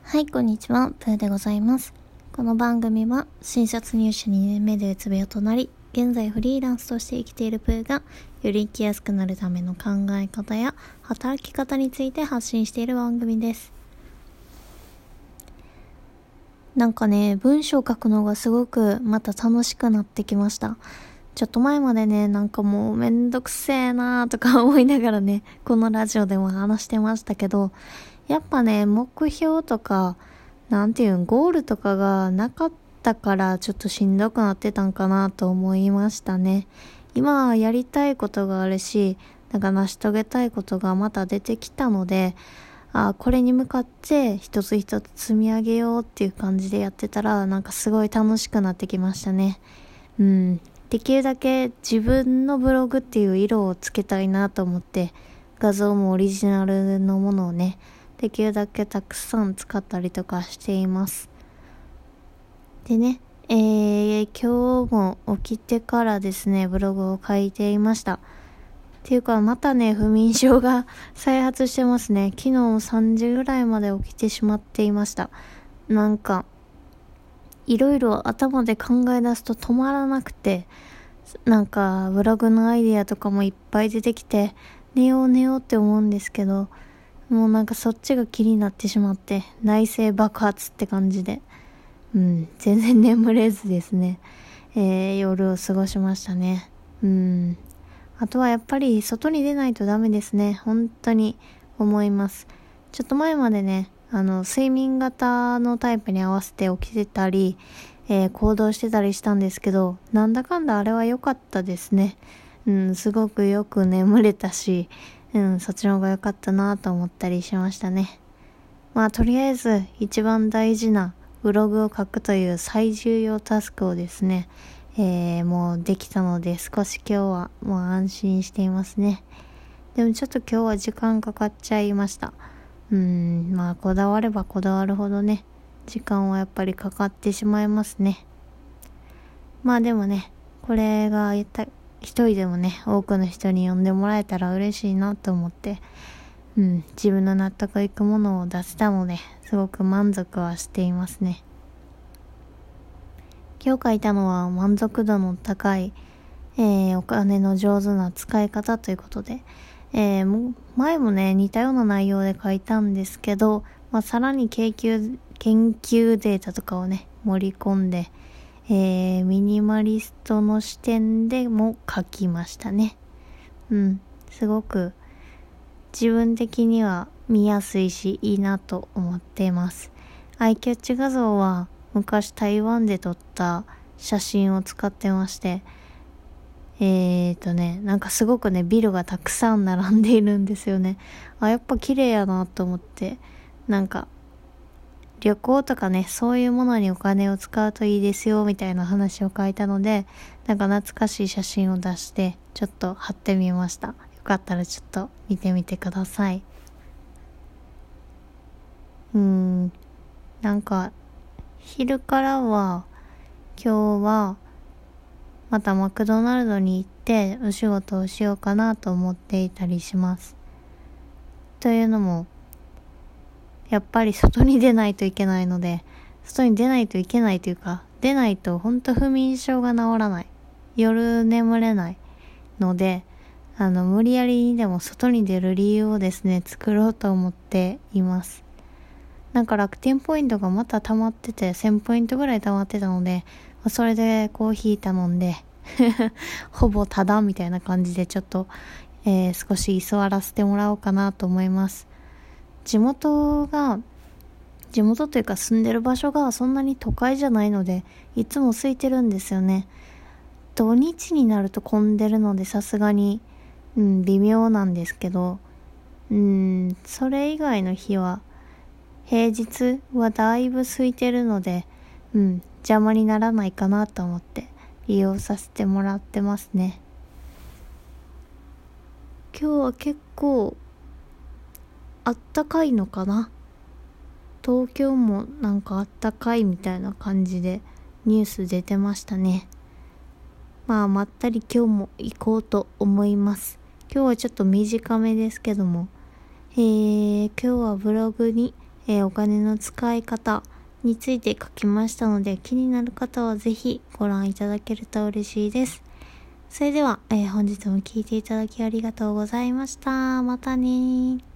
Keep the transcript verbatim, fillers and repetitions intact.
はい、こんにちは、プーでございます。この番組は新卒入社にねんめでうつ病となり、現在フリーランスとして生きているプーがより生きやすくなるための考え方や働き方について発信している番組です。なんかね、文章を書くのがすごくまた楽しくなってきました。ちょっと前までね、なんかもうめんどくせえなーとか思いながらね、このラジオでも話してましたけど、やっぱね、目標とか、なんていうん、ゴールとかがなかったからちょっとしんどくなってたんかなと思いましたね。今はやりたいことがあるし、なんか成し遂げたいことがまた出てきたので、あ、これに向かって一つ一つ積み上げようっていう感じでやってたら、なんかすごい楽しくなってきましたね。うん。できるだけ自分のブログっていう色をつけたいなと思って、画像もオリジナルのものをね、できるだけたくさん使ったりとかしています。でね、えー、今日も起きてからですね、ブログを書いていました。っていうか、またね、不眠症が再発してますね。昨日さんじぐらいまで起きてしまっていました。なんか、いろいろ頭で考え出すと止まらなくて、なんか、ブログのアイデアとかもいっぱい出てきて、寝よう寝ようって思うんですけど、もうなんかそっちが気になってしまって、内省爆発って感じで、うん、全然眠れずですね、えー、夜を過ごしましたね。うん。あとはやっぱり外に出ないとダメですね。本当に思います。ちょっと前までね、あの、睡眠型のタイプに合わせて起きてたり、えー、行動してたりしたんですけど、なんだかんだあれは良かったですね。うん、すごくよく眠れたし、うん、そっちの方が良かったなと思ったりしましたね。まあ、とりあえず一番大事なブログを書くという最重要タスクをですね、えー、もうできたので少し今日はもう安心していますね。でもちょっと今日は時間かかっちゃいました。うーん、まあこだわればこだわるほどね、時間はやっぱりかかってしまいますね。まあでもね、これが一人でもね、多くの人に読んでもらえたら嬉しいなと思って、うん、自分の納得いくものを出せたので、すごく満足はしていますね。今日書いたのは満足度の高い、えー、お金の上手な使い方ということで、えー、前もね、似たような内容で書いたんですけど、まあ、さらに研究、研究データとかをね、盛り込んで、えー、ミニマリストの視点でも書きましたね。うん、すごく自分的には見やすいしいいなと思っています。アイキャッチ画像は昔台湾で撮った写真を使ってまして、えーとね、なんかすごくね、ビルがたくさん並んでいるんですよね。あ、やっぱ綺麗やなと思って、なんか旅行とかね、そういうものにお金を使うといいですよみたいな話を書いたので、なんか懐かしい写真を出してちょっと貼ってみました。よかったらちょっと見てみてください。うーん、なんか昼からは今日はまたマクドナルドに行ってお仕事をしようかなと思っていたりします。というのもやっぱり外に出ないといけないので、外に出ないといけないというか、出ないとほんと不眠症が治らない。夜眠れないので、あの、無理やりにでも外に出る理由をですね、作ろうと思っています。なんか楽天ポイントがまた溜まってて、せんポイントぐらい溜まってたので、それでコーヒー頼んで、ほぼタダみたいな感じでちょっと、えー、少し居座らせてもらおうかなと思います。地元が、地元というか住んでる場所がそんなに都会じゃないので、いつも空いてるんですよね。土日になると混んでるのでさすがに、うん、微妙なんですけど、うん、それ以外の日は、平日はだいぶ空いてるので、うん、邪魔にならないかなと思って利用させてもらってますね。今日は結構あったかいのかな。東京もなんかあったかいみたいな感じでニュース出てましたね。まあまったり今日も行こうと思います。今日はちょっと短めですけども、えー、今日はブログに、 えー、お金の使い方について書きましたので、気になる方はぜひご覧いただけると嬉しいです。それでは、えー、本日も聞いていただきありがとうございました。またねー。